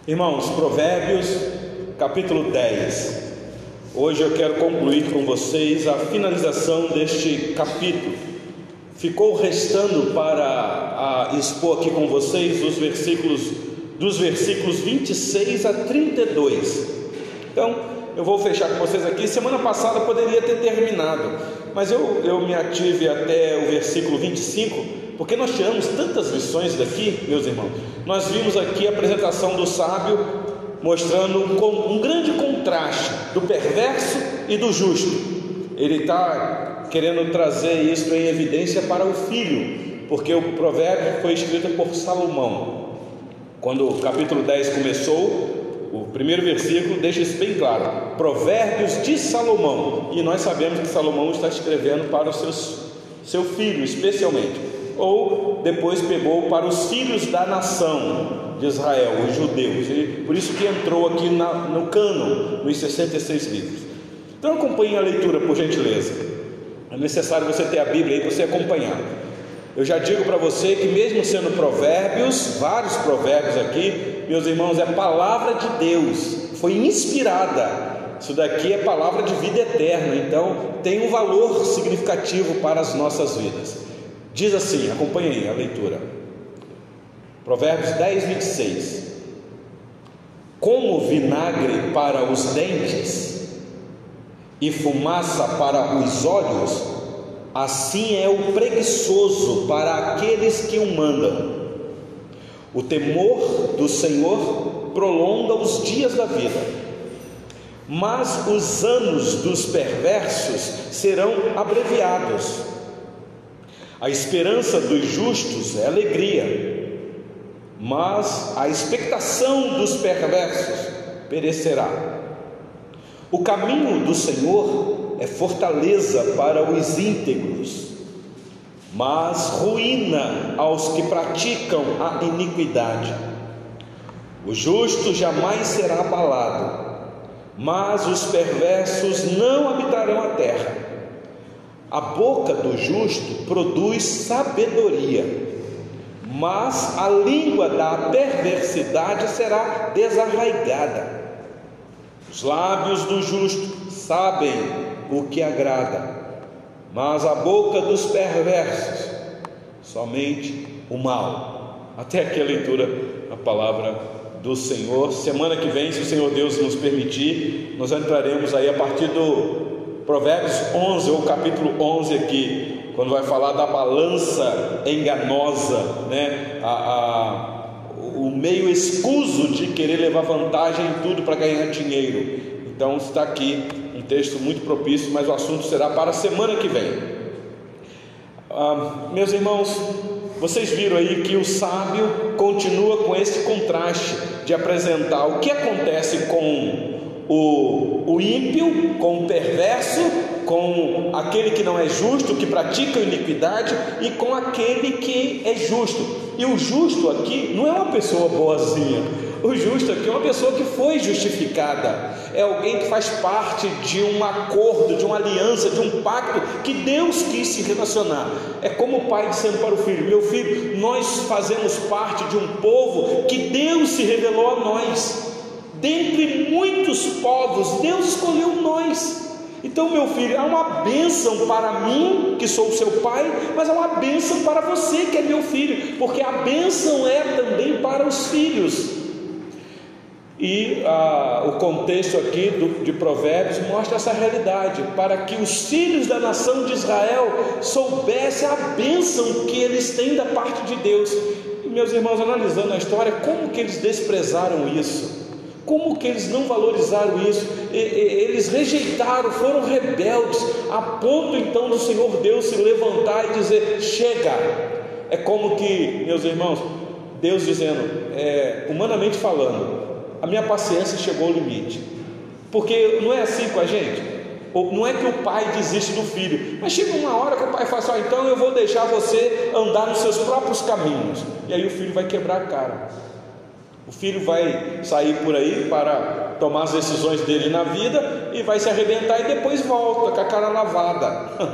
Irmãos, Provérbios, capítulo 10. Hoje eu quero concluir com vocês a finalização deste capítulo. Ficou restando para expor aqui com vocês os dos versículos 26 a 32. Então, eu vou fechar com vocês aqui. Semana passada eu poderia ter terminado, mas eu me ative até o versículo 25, porque nós tiramos tantas lições daqui, meus irmãos. Nós vimos aqui a apresentação do sábio, mostrando um grande contraste do perverso e do justo. Ele está querendo trazer isso em evidência para o filho, porque o provérbio foi escrito por Salomão. Quando o capítulo 10 começou, o primeiro versículo deixa isso bem claro: Provérbios de Salomão. E nós sabemos que Salomão está escrevendo para o seu filho especialmente, ou depois pegou para os filhos da nação de Israel, os judeus. Por isso que entrou aqui no cânon, nos 66 livros. Então acompanhe a leitura, por gentileza. É necessário você ter a Bíblia aí para você acompanhar. Eu já digo para você que, mesmo sendo provérbios, vários provérbios aqui, meus irmãos, é palavra de Deus, foi inspirada. Isso daqui é palavra de vida eterna, então tem um valor significativo para as nossas vidas. Diz assim, acompanhe aí a leitura. Provérbios 10, 26. Como vinagre para os dentes e fumaça para os olhos, assim é o preguiçoso para aqueles que o mandam. O temor do Senhor prolonga os dias da vida, mas os anos dos perversos serão abreviados. A esperança dos justos é alegria, mas a expectação dos perversos perecerá. O caminho do Senhor é fortaleza para os íntegros, mas ruína aos que praticam a iniquidade. O justo jamais será abalado, mas os perversos não habitarão a terra. A boca do justo produz sabedoria, mas a língua da perversidade será desarraigada. Os lábios do justo sabem o que agrada, mas a boca dos perversos somente o mal. Até aqui a leitura da palavra do Senhor. Semana que vem, se o Senhor Deus nos permitir, nós entraremos aí a partir do Provérbios 11, ou capítulo 11 aqui, quando vai falar da balança enganosa, né? O meio escuso de querer levar vantagem em tudo para ganhar dinheiro. Então está aqui um texto muito propício, mas o assunto será para a semana que vem. Meus irmãos, vocês viram aí que o sábio continua com esse contraste de apresentar o que acontece com o ímpio, com o perverso, com aquele que não é justo, que pratica iniquidade, e com aquele que é justo. E o justo aqui não é uma pessoa boazinha. O justo aqui é uma pessoa que foi justificada, é alguém que faz parte de um acordo, de uma aliança, de um pacto que Deus quis se relacionar. É como o pai dizendo para o filho: meu filho, nós fazemos parte de um povo que Deus se revelou a nós. Dentre muitos povos, Deus escolheu nós. Então, meu filho, há uma bênção para mim, que sou o seu pai, mas há uma bênção para você, que é meu filho, porque a bênção é também para os filhos. E o contexto aqui de Provérbios mostra essa realidade, para que os filhos da nação de Israel soubessem a bênção que eles têm da parte de Deus. E, meus irmãos, analisando a história, como que eles desprezaram isso? Como que eles não valorizaram isso? Eles rejeitaram, foram rebeldes, a ponto então do Senhor Deus se levantar e dizer: chega. É como que, meus irmãos, Deus dizendo, humanamente falando, a minha paciência chegou ao limite. Porque não é assim com a gente. Não é que o pai desiste do filho, mas chega uma hora que o pai fala assim: então eu vou deixar você andar nos seus próprios caminhos. E aí o filho vai quebrar a cara. O filho vai sair por aí para tomar as decisões dele na vida e vai se arrebentar, e depois volta com a cara lavada.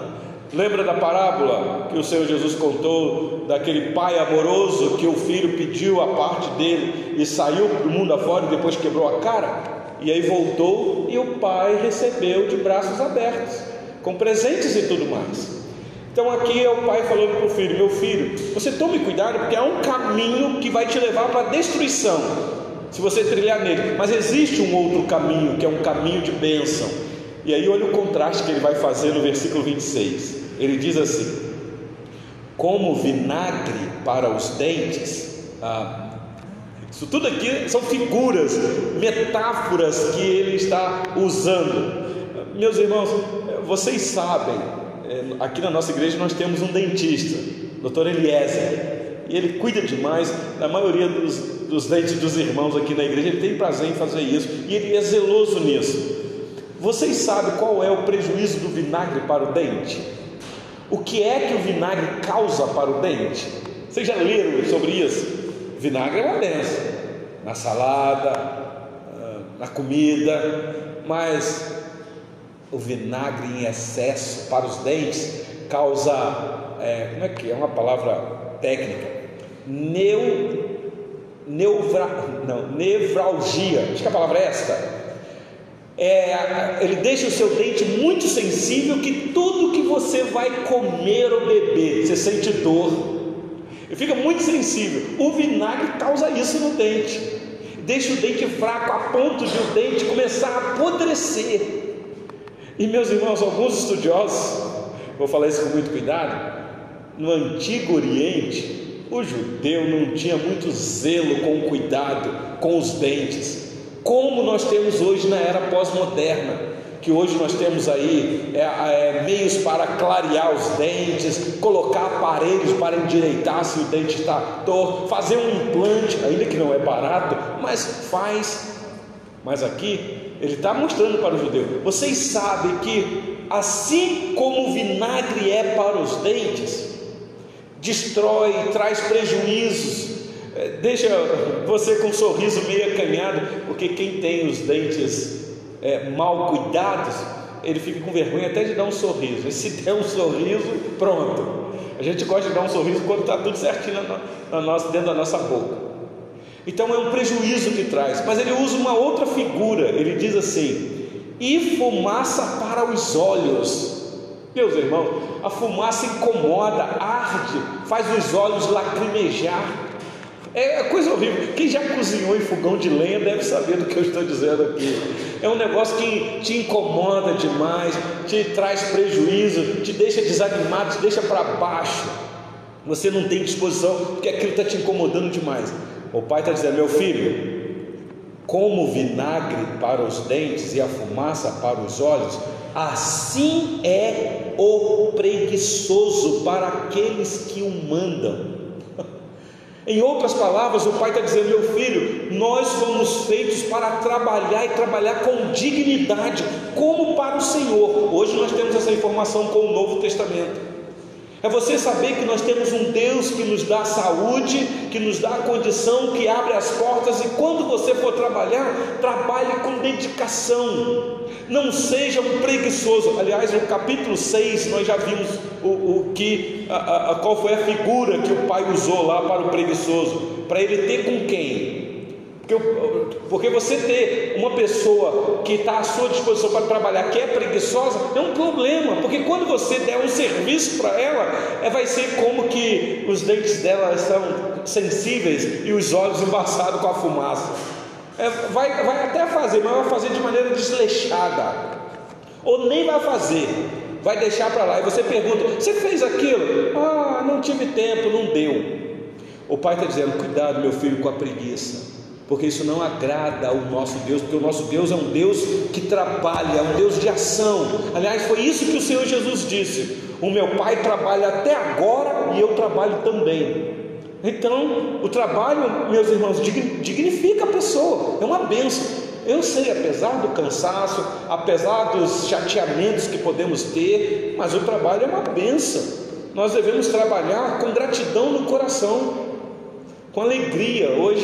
Lembra da parábola que o Senhor Jesus contou daquele pai amoroso que o filho pediu a parte dele e saiu do mundo afora e depois quebrou a cara? E aí voltou e o pai recebeu de braços abertos, com presentes e tudo mais. Então aqui é o pai falando para o filho: meu filho, você tome cuidado, porque há um caminho que vai te levar para a destruição, se você trilhar nele, mas existe um outro caminho, que é um caminho de bênção. E aí olha o contraste que ele vai fazer no versículo 26. Ele diz assim: como vinagre para os dentes. Isso tudo aqui são figuras, metáforas que ele está usando. Meus irmãos, vocês sabem, aqui na nossa igreja nós temos um dentista, Dr. Eliezer, e ele cuida demais da maioria dos dentes dos irmãos aqui na igreja. Ele tem prazer em fazer isso e ele é zeloso nisso. Vocês sabem qual é o prejuízo do vinagre para o dente? O que é que o vinagre causa para o dente? Vocês já leram sobre isso? Vinagre é uma bênção na salada, na comida, mas o vinagre em excesso para os dentes causa, como é que é uma palavra técnica? Nevralgia, acho que a palavra é esta. Ele deixa o seu dente muito sensível, que tudo que você vai comer ou beber, você sente dor, e fica muito sensível. O vinagre causa isso no dente, deixa o dente fraco a ponto de o dente começar a apodrecer. E meus irmãos, alguns estudiosos, vou falar isso com muito cuidado, no Antigo Oriente, o judeu não tinha muito zelo com o cuidado com os dentes, como nós temos hoje na era pós-moderna, que hoje nós temos aí meios para clarear os dentes, colocar aparelhos para endireitar se o dente está torto, fazer um implante, ainda que não é barato, mas faz. Mas aqui ele está mostrando para o judeu: vocês sabem que assim como o vinagre é para os dentes, destrói, traz prejuízos, deixa você com um sorriso meio acanhado, porque quem tem os dentes mal cuidados, ele fica com vergonha até de dar um sorriso. E se der um sorriso, pronto. A gente gosta de dar um sorriso quando está tudo certinho dentro da nossa boca. Então é um prejuízo que traz. Mas ele usa uma outra figura. Ele diz assim: e fumaça para os olhos. Meus irmãos, a fumaça incomoda, arde, faz os olhos lacrimejar. É coisa horrível. Quem já cozinhou em fogão de lenha deve saber do que eu estou dizendo aqui. É um negócio que te incomoda demais, te traz prejuízo, te deixa desanimado, te deixa para baixo. Você não tem disposição, porque aquilo está te incomodando demais. O pai está dizendo: meu filho, como o vinagre para os dentes e a fumaça para os olhos, assim é o preguiçoso para aqueles que o mandam. Em outras palavras, o pai está dizendo: meu filho, nós fomos feitos para trabalhar, e trabalhar com dignidade, como para o Senhor. Hoje nós temos essa informação com o Novo Testamento. É você saber que nós temos um Deus que nos dá saúde, que nos dá a condição, que abre as portas, e quando você for trabalhar, trabalhe com dedicação, não seja um preguiçoso. Aliás, no capítulo 6 nós já vimos qual foi a figura que o pai usou lá para o preguiçoso, para ele ter com quem? Porque você ter uma pessoa que está à sua disposição para trabalhar, que é preguiçosa, é um problema, porque quando você der um serviço para ela, vai ser como que os dentes dela estão sensíveis e os olhos embaçados com a fumaça. Vai até fazer, mas vai fazer de maneira desleixada, ou nem vai fazer, vai deixar para lá. E você pergunta: você fez aquilo? Não tive tempo, não deu. O pai está dizendo: cuidado, meu filho, com a preguiça, porque isso não agrada ao nosso Deus, porque o nosso Deus é um Deus que trabalha, é um Deus de ação. Aliás, foi isso que o Senhor Jesus disse: o meu pai trabalha até agora e eu trabalho também. Então, o trabalho, meus irmãos, dignifica a pessoa, é uma bênção. Eu sei, apesar do cansaço, apesar dos chateamentos que podemos ter, mas o trabalho é uma bênção. Nós devemos trabalhar com gratidão no coração, com alegria. Hoje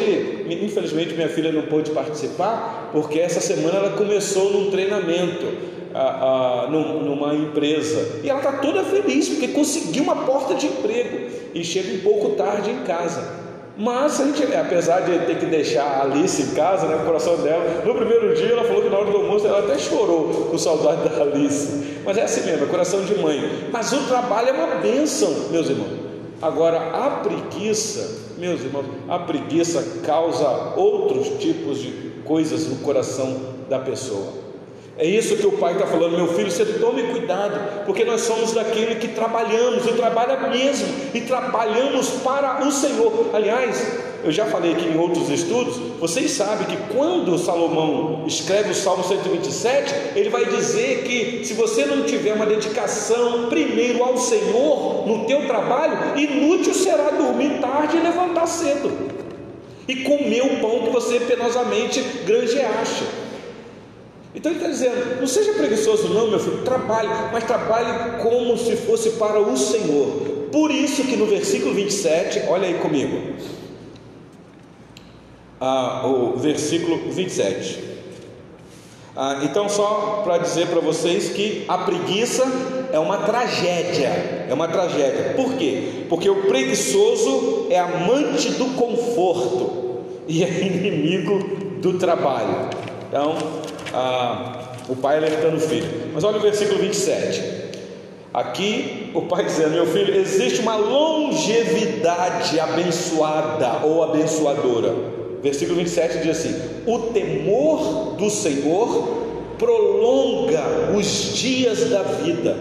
infelizmente minha filha não pôde participar, porque essa semana ela começou num treinamento numa empresa, e ela está toda feliz porque conseguiu uma porta de emprego e chega um pouco tarde em casa. Mas a gente, apesar de ter que deixar a Alice em casa, né, o coração dela, no primeiro dia ela falou que na hora do almoço ela até chorou com saudade da Alice. Mas é assim mesmo, é coração de mãe. Mas o trabalho é uma bênção, meus irmãos. Agora a preguiça, meus irmãos, a preguiça causa outros tipos de coisas no coração da pessoa. É isso que o pai está falando: meu filho, você tome cuidado, porque nós somos daquele que trabalhamos, e trabalha mesmo, e trabalhamos para o Senhor. Aliás, eu já falei aqui em outros estudos, vocês sabem que quando Salomão escreve o Salmo 127, ele vai dizer que se você não tiver uma dedicação primeiro ao Senhor no teu trabalho, inútil será dormir tarde e levantar cedo, e comer o pão que você penosamente granjeaste. Então ele está dizendo: não seja preguiçoso não, meu filho, trabalhe, mas trabalhe como se fosse para o Senhor. Por isso que no versículo 27, olha aí comigo, o versículo 27. Então, só para dizer para vocês que a preguiça é uma tragédia, Por quê? Porque o preguiçoso é amante do conforto e é inimigo do trabalho. Então, o pai alertando o filho. Mas olha o versículo 27. Aqui o pai dizendo: meu filho, existe uma longevidade abençoada ou abençoadora. Versículo 27 diz assim: o temor do Senhor prolonga os dias da vida,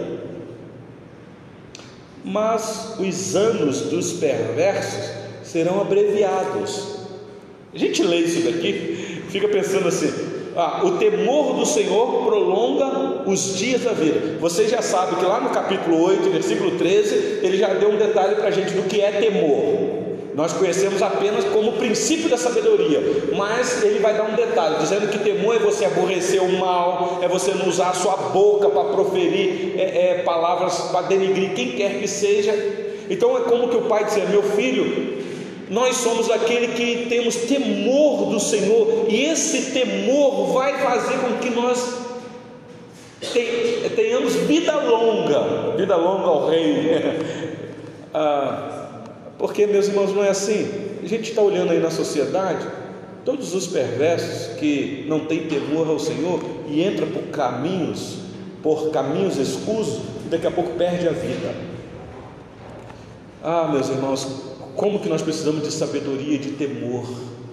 mas os anos dos perversos serão abreviados. A gente lê isso daqui, fica pensando assim: o temor do Senhor prolonga os dias da vida. Você já sabe que lá no capítulo 8, versículo 13, ele já deu um detalhe para a gente do que é temor. Nós conhecemos apenas como princípio da sabedoria, mas ele vai dar um detalhe, dizendo que temor é você aborrecer o mal, é você não usar a sua boca para proferir palavras para denigrir quem quer que seja. Então é como que o pai dizia: meu filho, nós somos aquele que temos temor do Senhor, e esse temor vai fazer com que nós tenhamos vida longa ao Rei. Porque, meus irmãos, não é assim. A gente está olhando aí na sociedade, todos os perversos que não têm temor ao Senhor e entram por caminhos escusos, e daqui a pouco perde a vida. Meus irmãos, como que nós precisamos de sabedoria e de temor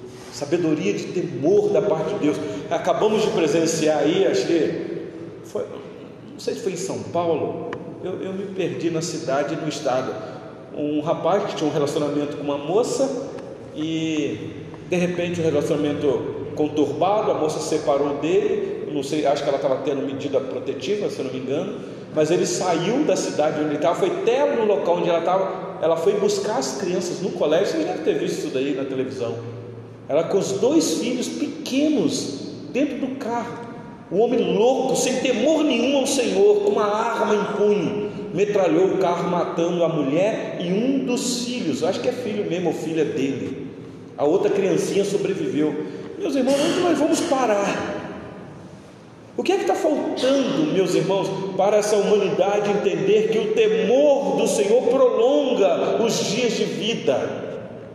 da parte de Deus. Acabamos de presenciar aí, acho que foi, não sei se foi em São Paulo, eu me perdi na cidade e no estado. Um rapaz que tinha um relacionamento com uma moça, e de repente o relacionamento conturbado, a moça se separou dele, não sei, acho que ela estava tendo medida protetiva, se eu não me engano, mas ele saiu da cidade onde ele estava, foi até no local onde ela estava. Ela foi buscar as crianças no colégio. Vocês devem ter visto isso daí na televisão. Ela com os 2 filhos pequenos dentro do carro. O homem louco, sem temor nenhum ao Senhor, com uma arma em punho, metralhou o carro, matando a mulher e um dos filhos. Acho que é filho mesmo ou filha dele. A outra criancinha sobreviveu. Meus irmãos, onde nós vamos parar? O que é que está faltando, meus irmãos, para essa humanidade entender que o temor do Senhor prolonga os dias de vida?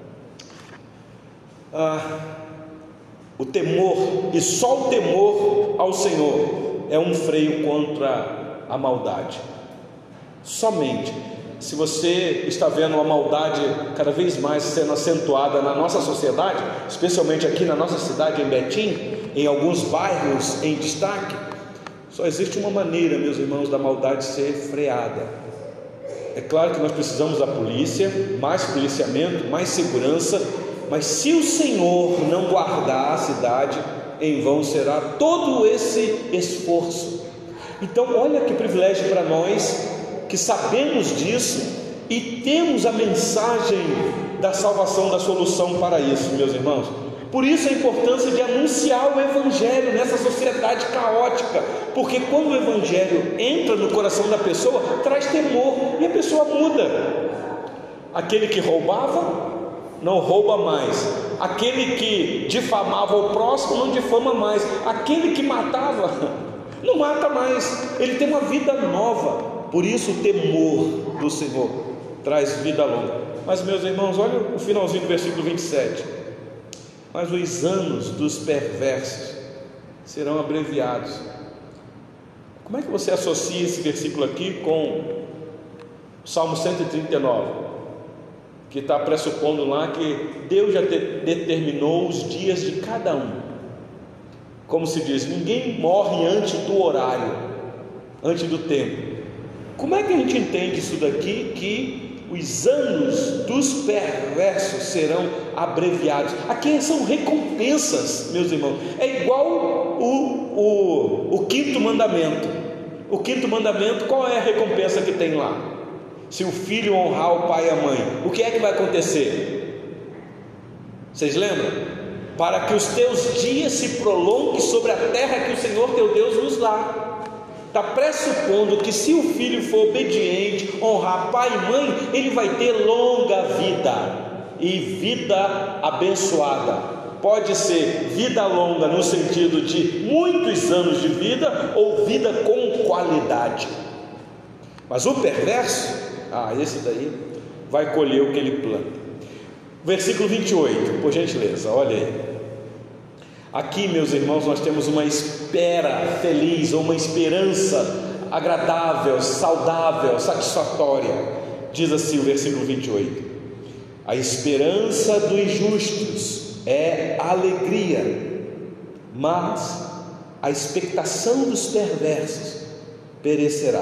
O temor, e só o temor ao Senhor, é um freio contra a maldade. Somente. Se você está vendo a maldade cada vez mais sendo acentuada na nossa sociedade, especialmente aqui na nossa cidade, em Betim, em alguns bairros em destaque, só existe uma maneira, meus irmãos, da maldade ser freada. É claro que nós precisamos da polícia, mais policiamento, mais segurança, mas se o Senhor não guardar a cidade, em vão será todo esse esforço. Então olha que privilégio para nós, que sabemos disso e temos a mensagem da salvação, da solução para isso, meus irmãos. Por isso a importância de anunciar o Evangelho nessa sociedade caótica, porque quando o Evangelho entra no coração da pessoa, traz temor, e a pessoa muda. Aquele que roubava não rouba mais. Aquele que difamava o próximo não difama mais. Aquele que matava não mata mais. Ele tem uma vida nova. Por isso o temor do Senhor traz vida longa. Mas, meus irmãos, olha o finalzinho do versículo 27. Mas os anos dos perversos serão abreviados. Como é que você associa esse versículo aqui com o Salmo 139? Que está pressupondo lá que Deus já determinou os dias de cada um. Como se diz, ninguém morre antes do horário, antes do tempo. Como é que a gente entende isso daqui, que os anos dos perversos serão abreviados? Aqui são recompensas, meus irmãos. É igual o quinto mandamento. O quinto mandamento, qual é a recompensa que tem lá? Se o filho honrar o pai e a mãe, o que é que vai acontecer? Vocês lembram? Para que os teus dias se prolonguem sobre a terra que o Senhor teu Deus nos dá. Está pressupondo que se o filho for obediente, honrar pai e mãe, ele vai ter longa vida e vida abençoada. Pode ser vida longa no sentido de muitos anos de vida, ou vida com qualidade. Mas o perverso, esse daí vai colher o que ele planta. Versículo 28, por gentileza, olha aí. Aqui, meus irmãos, nós temos uma espera feliz, ou uma esperança agradável, saudável, satisfatória. Diz assim o versículo 28: a esperança dos justos é alegria, mas a expectação dos perversos perecerá.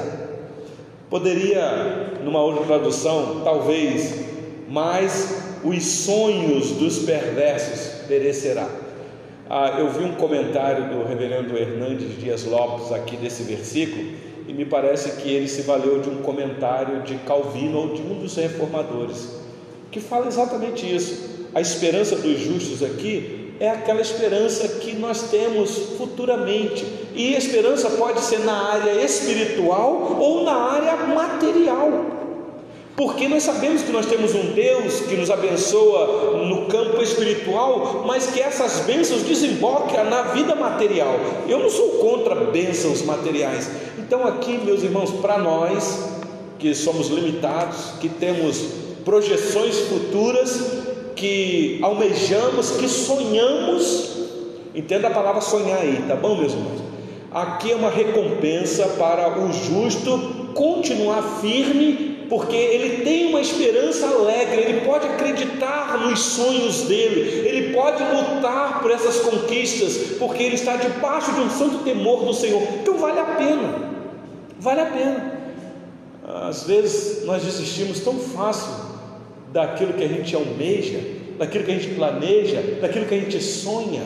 Poderia, numa outra tradução, talvez, mas os sonhos dos perversos perecerá. Eu vi um comentário do reverendo Hernandes Dias Lopes aqui desse versículo, e me parece que ele se valeu de um comentário de Calvino, ou de um dos reformadores, que fala exatamente isso. A esperança dos justos aqui é aquela esperança que nós temos futuramente, e a esperança pode ser na área espiritual ou na área material, porque nós sabemos que nós temos um Deus que nos abençoa no campo espiritual, mas que essas bênçãos desembocam na vida material. Eu não sou contra bênçãos materiais. Então aqui, meus irmãos, para nós que somos limitados, que temos projeções futuras, que almejamos, que sonhamos, entenda a palavra sonhar aí, tá bom, meus irmãos? Aqui é uma recompensa para o justo continuar firme, porque ele tem uma esperança alegre, ele pode acreditar nos sonhos dele, ele pode lutar por essas conquistas, porque ele está debaixo de um santo temor do Senhor. Então vale a pena, vale a pena. Às vezes nós desistimos tão fácil daquilo que a gente almeja, daquilo que a gente planeja, daquilo que a gente sonha.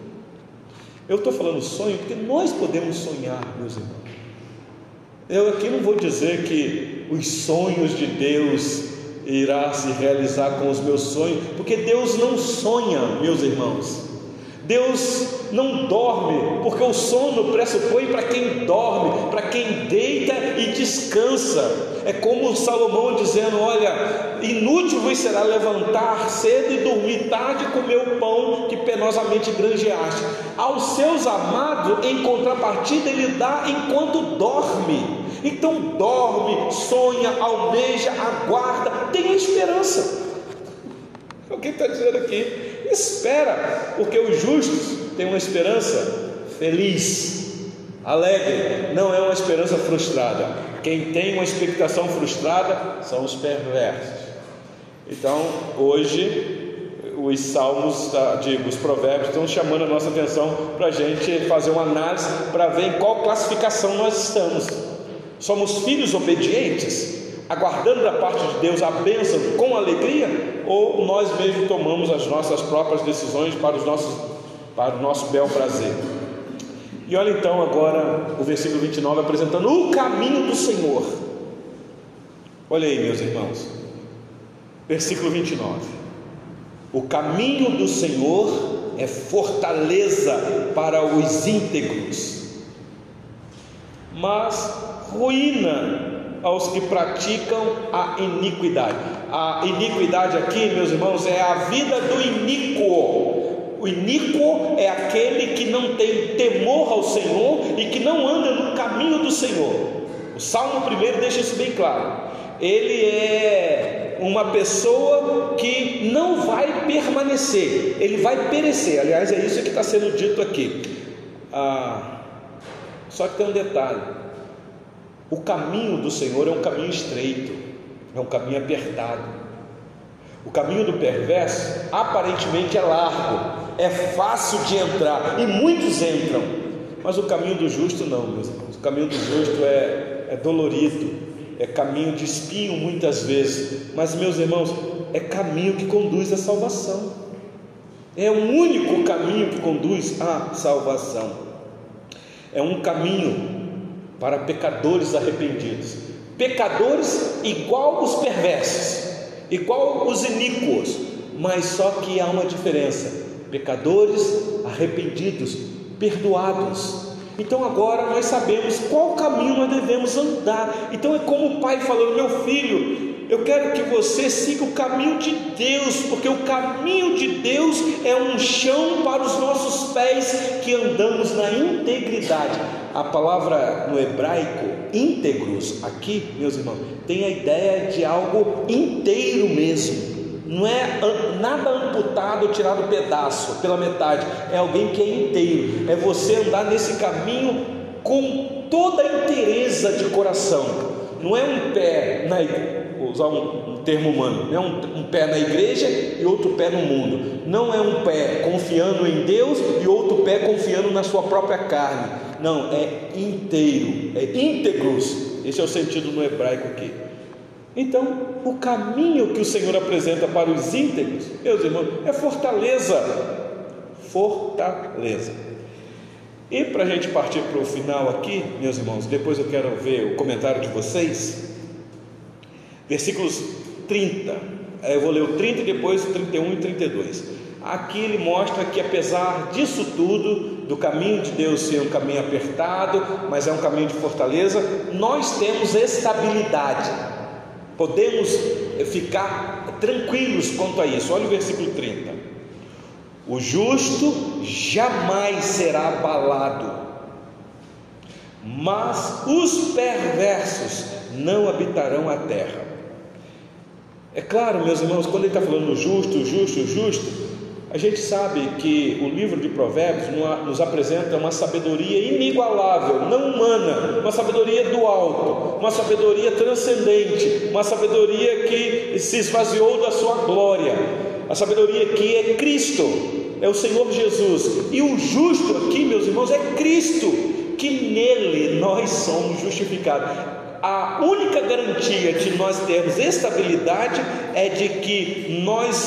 Eu estou falando sonho porque nós podemos sonhar, meus irmãos. Eu aqui não vou dizer que os sonhos de Deus irá se realizar com os meus sonhos, porque Deus não sonha, meus irmãos. Deus não dorme, porque o sono pressupõe para quem dorme, para quem deita e descansa. É como Salomão dizendo: olha, inútil vos será levantar cedo e dormir tarde e comer o pão que penosamente granjeaste. Aos seus amados, em contrapartida, ele dá enquanto dorme. Então dorme, sonha, almeja, aguarda, tem esperança. O que está dizendo aqui? Espera, porque os justos têm uma esperança feliz, alegre, não é uma esperança frustrada. Quem tem uma expectação frustrada são os perversos. Então hoje os salmos, os provérbios estão chamando a nossa atenção para a gente fazer uma análise, para ver em qual classificação nós estamos. Somos filhos obedientes, aguardando da parte de Deus a bênção com alegria, ou nós mesmos tomamos as nossas próprias decisões para o nosso bel prazer? E olha então agora o versículo 29 apresentando o caminho do Senhor. Olha aí, meus irmãos, versículo 29: o caminho do Senhor é fortaleza para os íntegros, mas ruína aos que praticam a iniquidade. A iniquidade aqui, meus irmãos, é a vida do iníquo. O iníquo é aquele que não tem temor ao Senhor e que não anda no caminho do Senhor. O Salmo 1 deixa isso bem claro. Ele é uma pessoa que não vai permanecer, ele vai perecer. Aliás, é isso que está sendo dito aqui. Só que tem um detalhe: o caminho do Senhor é um caminho estreito, é um caminho apertado. O caminho do perverso aparentemente é largo, é fácil de entrar e muitos entram, mas o caminho do justo não, meus irmãos. O caminho do justo é dolorido, é caminho de espinho muitas vezes, mas, meus irmãos, é caminho que conduz à salvação. É o único caminho que conduz à salvação. É um caminho para pecadores arrependidos, pecadores igual os perversos, igual os iníquos, mas só que há uma diferença: pecadores arrependidos, perdoados. Então agora nós sabemos qual caminho nós devemos andar. Então é como o pai falando: meu filho, eu quero que você siga o caminho de Deus, porque o caminho de Deus é um chão para os nossos pés, que andamos na integridade. A palavra no hebraico, íntegros, aqui, meus irmãos, tem a ideia de algo inteiro mesmo. Não é nada amputado, tirado pedaço, pela metade. É alguém que é inteiro. É você andar nesse caminho com toda a inteireza de coração. Não é um pé vou usar um termo humano, não é um pé na igreja e outro pé no mundo. Não é um pé confiando em Deus e outro pé confiando na sua própria carne. Não, é inteiro, é íntegros. Esse é o sentido no hebraico aqui. Então, o caminho que o Senhor apresenta para os íntegros, meus irmãos, é fortaleza. Fortaleza. E para a gente partir para o final aqui, meus irmãos, depois eu quero ver o comentário de vocês. Versículos 30, eu vou ler o 30 e depois o 31 e 32. Aqui ele mostra que, apesar disso tudo, do caminho de Deus ser um caminho apertado, mas é um caminho de fortaleza, nós temos estabilidade. Podemos ficar tranquilos quanto a isso. Olha o versículo 30: o justo jamais será abalado, mas os perversos não habitarão a terra. É claro, meus irmãos, quando ele está falando justo, a gente sabe que o livro de Provérbios nos apresenta uma sabedoria inigualável, não humana, uma sabedoria do alto, uma sabedoria transcendente, uma sabedoria que se esvaziou da sua glória, a sabedoria que é Cristo, é o Senhor Jesus. E o justo aqui, meus irmãos, é Cristo, que nele nós somos justificados. A única garantia de nós termos estabilidade é de que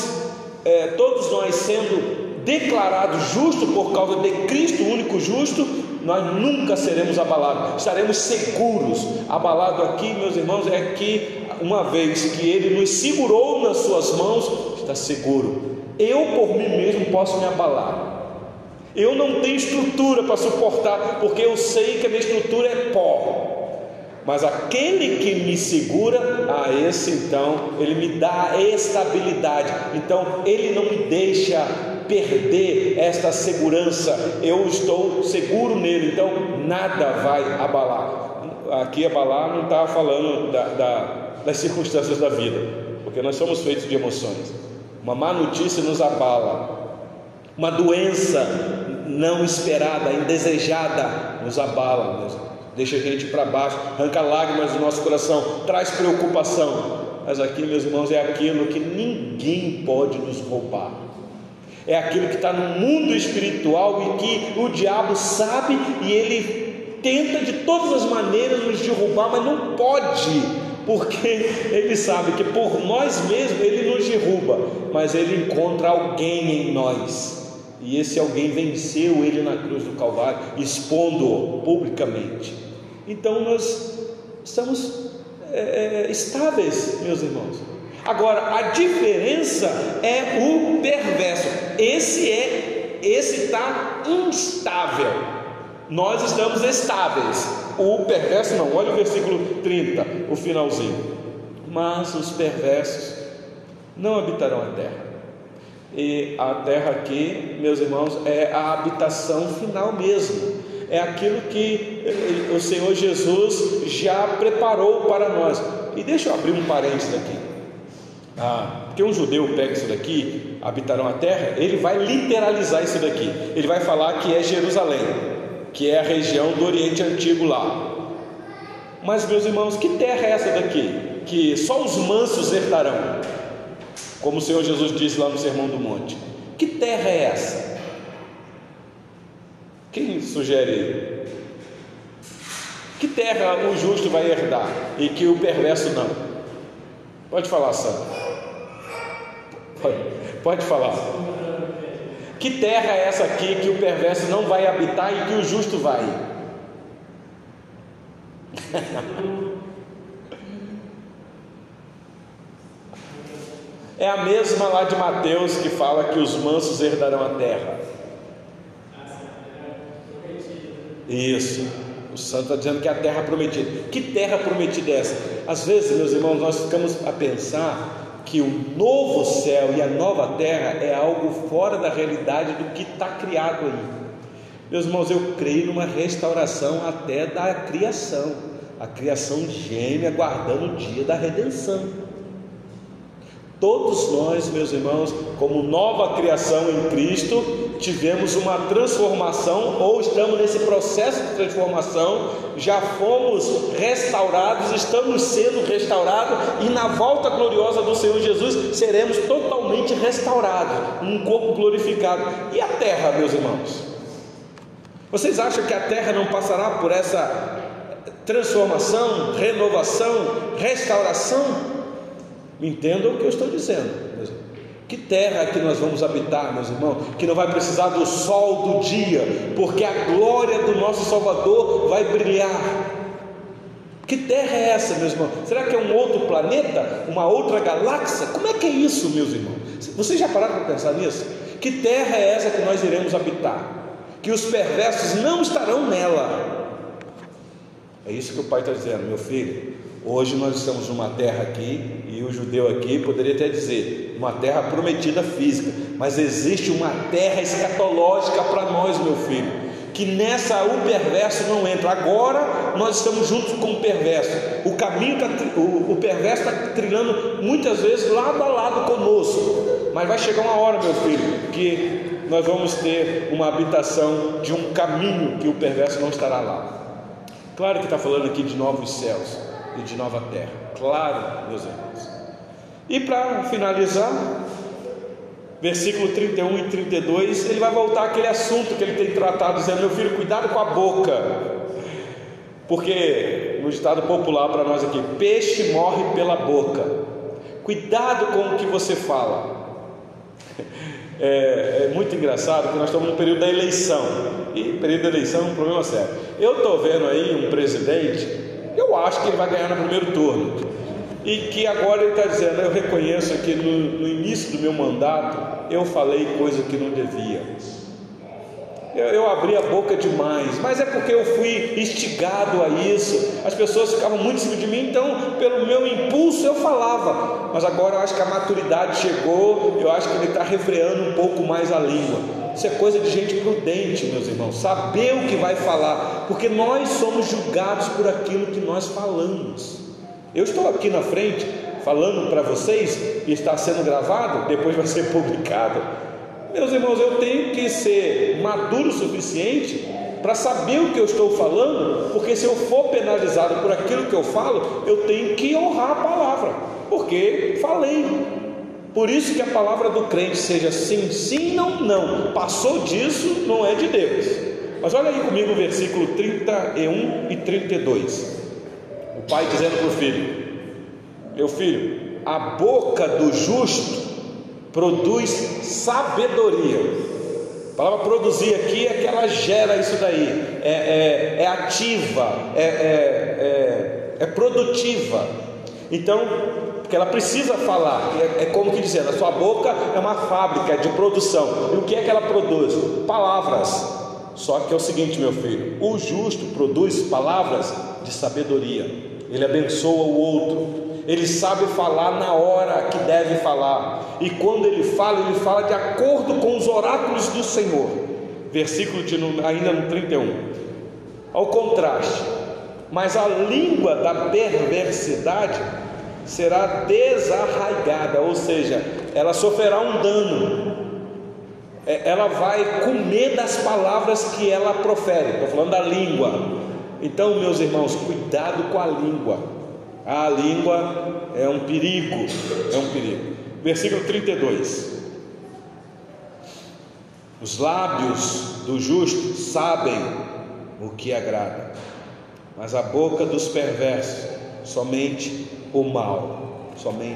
todos nós sendo declarados justos por causa de Cristo, o único justo, nós nunca seremos abalados, estaremos seguros. Abalado aqui, meus irmãos, é que uma vez que Ele nos segurou nas suas mãos, está seguro. Eu por mim mesmo posso me abalar, eu não tenho estrutura para suportar, porque eu sei que a minha estrutura é pó. Mas aquele que me segura, esse então, ele me dá estabilidade. Então ele não me deixa perder esta segurança. Eu estou seguro nele, então nada vai abalar. Aqui abalar não está falando das circunstâncias da vida, porque nós somos feitos de emoções. Uma má notícia nos abala, uma doença não esperada, indesejada, nos abala, meus irmãos. Deixa a gente para baixo, arranca lágrimas do nosso coração, traz preocupação. Mas aqui, meus irmãos, é aquilo que ninguém pode nos roubar. É aquilo que está no mundo espiritual e que o diabo sabe, e ele tenta de todas as maneiras nos derrubar, mas não pode, porque ele sabe que por nós mesmos ele nos derruba, mas ele encontra alguém em nós. E esse alguém venceu ele na cruz do Calvário, expondo-o publicamente. Então nós estamos estáveis, meus irmãos. Agora, a diferença é o perverso. Esse está instável. Nós estamos estáveis. o perverso não, olha o versículo 30, o finalzinho. Mas os perversos não habitarão a terra. E a terra aqui, meus irmãos, é a habitação final mesmo. É aquilo que o Senhor Jesus já preparou para nós. E deixa eu abrir um parênteses aqui. Porque um judeu pega isso daqui, habitarão a terra, ele vai literalizar isso daqui. Ele vai falar que é Jerusalém, que é a região do Oriente Antigo lá. Mas, meus irmãos, que terra é essa daqui? Que só os mansos herdarão, como o Senhor Jesus disse lá no Sermão do Monte. Que terra é essa? Quem sugere? Que terra o justo vai herdar e que o perverso não? Pode falar, Sandro. Pode falar. Que terra é essa aqui que o perverso não vai habitar e que o justo vai? É a mesma lá de Mateus que fala que os mansos herdarão a terra. Isso. O santo está dizendo que é a terra prometida. Que terra prometida é essa? Às vezes, meus irmãos, nós ficamos a pensar que o novo céu e a nova terra é algo fora da realidade do que está criado aí. Meus irmãos, eu creio numa restauração até da criação. A criação geme aguardando o dia da redenção. Todos nós, meus irmãos, como nova criação em Cristo, tivemos uma transformação, ou estamos nesse processo de transformação, já fomos restaurados, estamos sendo restaurados, e na volta gloriosa do Senhor Jesus, seremos totalmente restaurados, um corpo glorificado. E a terra, meus irmãos? Vocês acham que a terra não passará por essa transformação, renovação, restauração? Entendam o que eu estou dizendo. Que terra que nós vamos habitar, meus irmãos, que não vai precisar do sol do dia, porque a glória do nosso Salvador vai brilhar. Que terra é essa, meus irmãos? Será que é um outro planeta? Uma outra galáxia? Como é que é isso, meus irmãos? Vocês já pararam para pensar nisso? Que terra é essa que nós iremos habitar? Que os perversos não estarão nela. É isso que o Pai está dizendo, meu filho. Hoje nós estamos numa terra aqui, e o judeu aqui poderia até dizer, uma terra prometida física, mas existe uma terra escatológica para nós, meu filho, que nessa o perverso não entra. Agora nós estamos juntos com o perverso, o caminho o perverso está trilhando muitas vezes lado a lado conosco, mas vai chegar uma hora, meu filho, que nós vamos ter uma habitação de um caminho que o perverso não estará lá. Claro que está falando aqui de novos céus e de nova terra, claro, meus irmãos. E para finalizar, versículo 31 e 32, ele vai voltar àquele assunto que ele tem tratado, dizendo: meu filho, cuidado com a boca, porque no ditado popular para nós aqui, peixe morre pela boca. Cuidado com o que você fala. É muito engraçado que nós estamos no período da eleição, e período da eleição é um problema sério. Eu estou vendo aí um presidente, eu acho que ele vai ganhar no primeiro turno, e que agora ele está dizendo: eu reconheço que no início do meu mandato eu falei coisa que não devia, eu abri a boca demais, mas é porque eu fui instigado a isso, as pessoas ficavam muito em cima de mim, então pelo meu impulso eu falava, mas agora eu acho que a maturidade chegou, eu acho que ele está refreando um pouco mais a língua. Isso é coisa de gente prudente, meus irmãos, saber o que vai falar, porque nós somos julgados por aquilo que nós falamos. Eu estou aqui na frente falando para vocês, e está sendo gravado, depois vai ser publicado. Meus irmãos, eu tenho que ser maduro o suficiente para saber o que eu estou falando, porque se eu for penalizado por aquilo que eu falo, eu tenho que honrar a palavra, porque falei. Por isso que a palavra do crente seja sim, sim, não, não. Passou disso, não é de Deus. Mas olha aí comigo o versículo 31 e 32. O pai dizendo para o filho: meu filho, a boca do justo produz sabedoria. A palavra produzir aqui é que ela gera isso daí, é ativa, é produtiva. Então, porque ela precisa falar, é como que dizendo, a sua boca é uma fábrica de produção. E o que é que ela produz? Palavras, Só que é o seguinte, meu filho: o justo produz palavras de sabedoria, ele abençoa o outro, ele sabe falar na hora que deve falar, e quando ele fala de acordo com os oráculos do Senhor. Versículo ainda no 31. Ao contraste: mas a língua da perversidade será desarraigada, ou seja, ela sofrerá um dano, ela vai comer das palavras que ela profere. Estou falando da língua. Então, meus irmãos, cuidado com a língua. A língua é um perigo, Versículo 32. Os lábios do justo sabem o que agrada, mas a boca dos perversos somente o mal.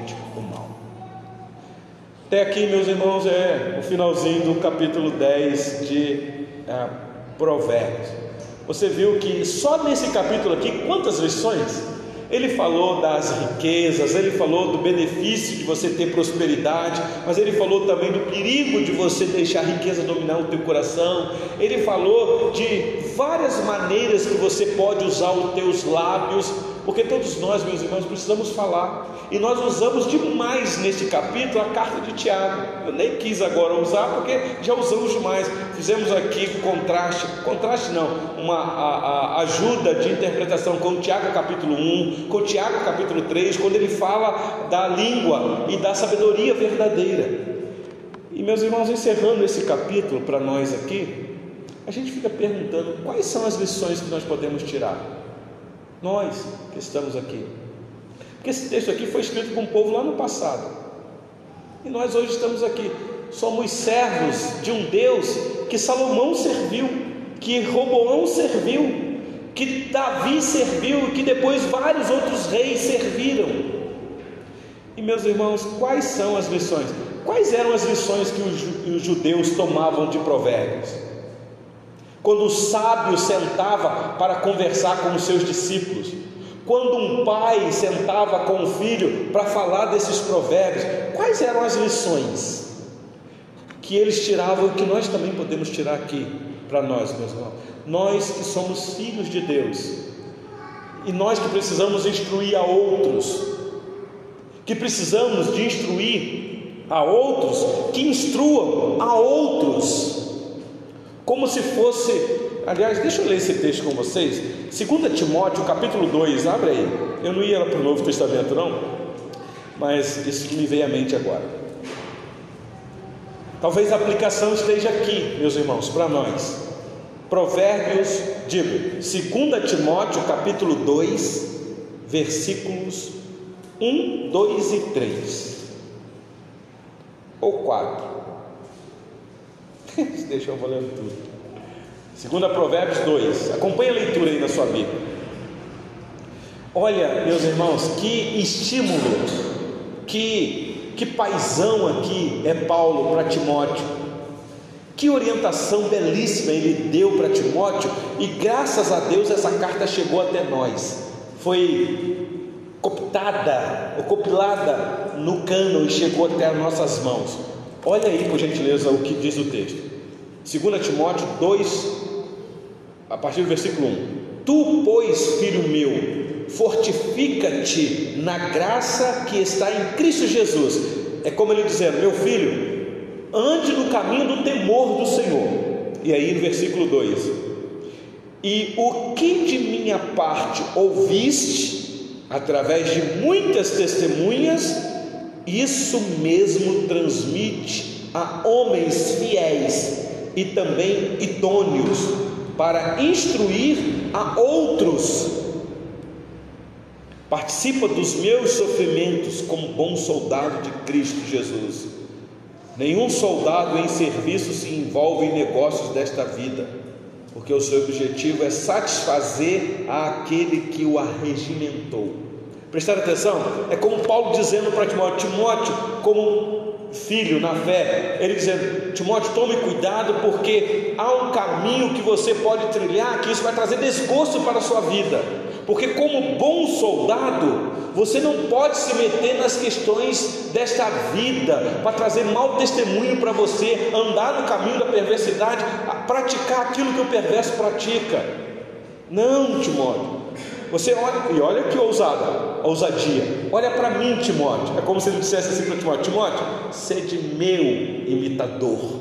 Até aqui, meus irmãos, é o finalzinho do capítulo 10 de Provérbios. Você viu que só nesse capítulo aqui, quantas lições? Ele falou das riquezas, ele falou do benefício de você ter prosperidade, mas ele falou também do perigo de você deixar a riqueza dominar o teu coração. Ele falou de várias maneiras que você pode usar os teus lábios, porque todos nós, meus irmãos, precisamos falar, e nós usamos demais neste capítulo a carta de Tiago. Eu nem quis agora usar, porque já usamos demais. Fizemos aqui contraste não, uma ajuda de interpretação com Tiago capítulo 1, com Tiago capítulo 3, quando ele fala da língua e da sabedoria verdadeira. E, meus irmãos, encerrando esse capítulo para nós aqui, a gente fica perguntando quais são as lições que nós podemos tirar, nós que estamos aqui, porque esse texto aqui foi escrito com o povo lá no passado, e nós hoje estamos aqui, somos servos de um Deus que Salomão serviu, que Roboão serviu, que Davi serviu, que depois vários outros reis serviram. E, meus irmãos, quais são as lições? Quais eram as lições que os judeus tomavam de Provérbios? Quando o sábio sentava para conversar com os seus discípulos, quando um pai sentava com o filho para falar desses provérbios, quais eram as lições que eles tiravam e que nós também podemos tirar aqui para nós, meus irmãos? Nós que somos filhos de Deus, e nós que precisamos instruir a outros, que precisamos de instruir a outros, que instruam a outros, como se fosse... Aliás, deixa eu ler esse texto com vocês, 2 Timóteo capítulo 2, abre aí. Eu não ia para o Novo Testamento não, mas isso me veio à mente agora. Talvez a aplicação esteja aqui, meus irmãos, para nós. Provérbios, 2 Timóteo capítulo 2, versículos 1, 2 e 3 ou 4. Deixa eu vou lendo tudo. 2 Provérbios 2, acompanha a leitura aí na sua Bíblia. Olha, meus irmãos, que estímulo, que paizão aqui é Paulo para Timóteo, que orientação belíssima ele deu para Timóteo, e graças a Deus essa carta chegou até nós, foi compilada no cânon e chegou até as nossas mãos. Olha aí, por gentileza, o que diz o texto. 2 Timóteo 2, a partir do versículo 1. Tu, pois, filho meu, fortifica-te na graça que está em Cristo Jesus. É como ele dizendo: meu filho, ande no caminho do temor do Senhor. E aí no versículo 2: e o que de minha parte ouviste, através de muitas testemunhas, isso mesmo transmite a homens fiéis e também idôneos, para instruir a outros. Participa dos meus sofrimentos como bom soldado de Cristo Jesus. Nenhum soldado em serviço se envolve em negócios desta vida, porque o seu objetivo é satisfazer aquele que o arregimentou. Prestar atenção? É como Paulo dizendo para Timóteo, como filho na fé, ele dizendo: Timóteo, tome cuidado, porque há um caminho que você pode trilhar, que isso vai trazer desgosto para a sua vida, porque como bom soldado, você não pode se meter nas questões desta vida, para trazer mau testemunho para você, andar no caminho da perversidade, praticar aquilo que o perverso pratica. Não, Timóteo, você olha, e olha que ousadia, olha para mim, Timóteo. É como se ele dissesse assim para Timóteo: Timóteo, sede meu imitador.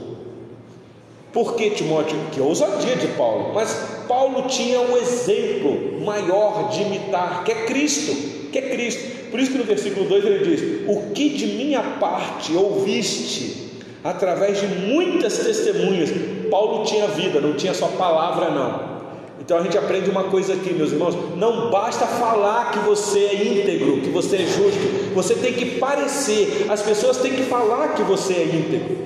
Por que, Timóteo? Que ousadia de Paulo, mas Paulo tinha um exemplo maior de imitar, que é Cristo. Por isso que no versículo 2 ele diz: o que de minha parte ouviste através de muitas testemunhas. Paulo tinha vida, não tinha só palavra não. Então a gente aprende uma coisa aqui, meus irmãos: não basta falar que você é íntegro, que você é justo, você tem que parecer, as pessoas têm que falar que você é íntegro.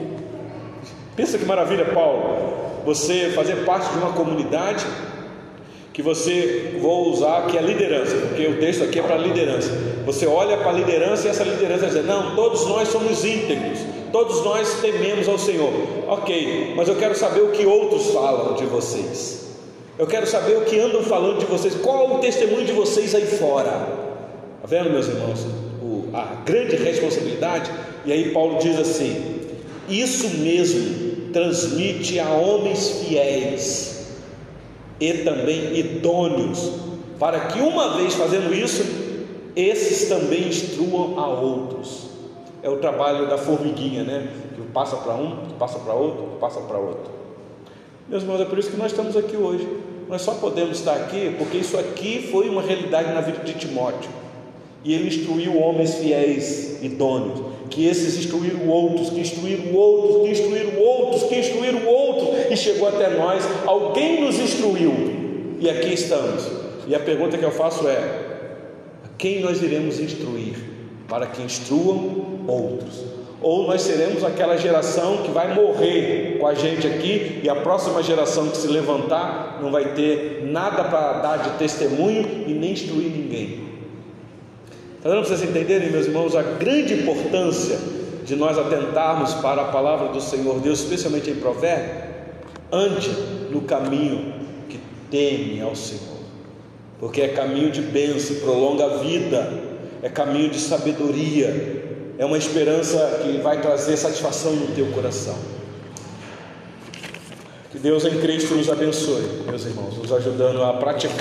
Pensa que maravilha, Paulo, você fazer parte de uma comunidade que você, vou usar que é liderança, porque o texto aqui é para liderança. Você olha para a liderança e essa liderança diz: não, todos nós somos íntegros, todos nós tememos ao Senhor. Ok, mas eu quero saber o que outros falam de vocês, eu quero saber o que andam falando de vocês, qual é o testemunho de vocês aí fora. Está vendo, meus irmãos, a grande responsabilidade? E aí Paulo diz assim: isso mesmo transmite a homens fiéis e também idôneos, para que uma vez fazendo isso, esses também instruam a outros. É o trabalho da formiguinha, né? Que passa para um, passa para outro, passa para outro. Meus irmãos, é por isso que nós estamos aqui hoje. Nós só podemos estar aqui porque isso aqui foi uma realidade na vida de Timóteo, e ele instruiu homens fiéis, idôneos, que esses instruíram outros, que instruíram outros, que instruíram outros, que instruíram outros, e chegou até nós. Alguém nos instruiu, e aqui estamos. E a pergunta que eu faço é: a quem nós iremos instruir para que instruam outros? Ou nós seremos aquela geração que vai morrer com a gente aqui, e a próxima geração que se levantar não vai ter nada para dar de testemunho e nem instruir ninguém? Está dando para vocês entenderem, meus irmãos, a grande importância de nós atentarmos para a palavra do Senhor Deus, especialmente em Provérbios? Ande no caminho que teme ao Senhor, porque é caminho de bênção, prolonga a vida, é caminho de sabedoria, é uma esperança que vai trazer satisfação no teu coração. Que Deus em Cristo nos abençoe, meus irmãos, nos ajudando a praticar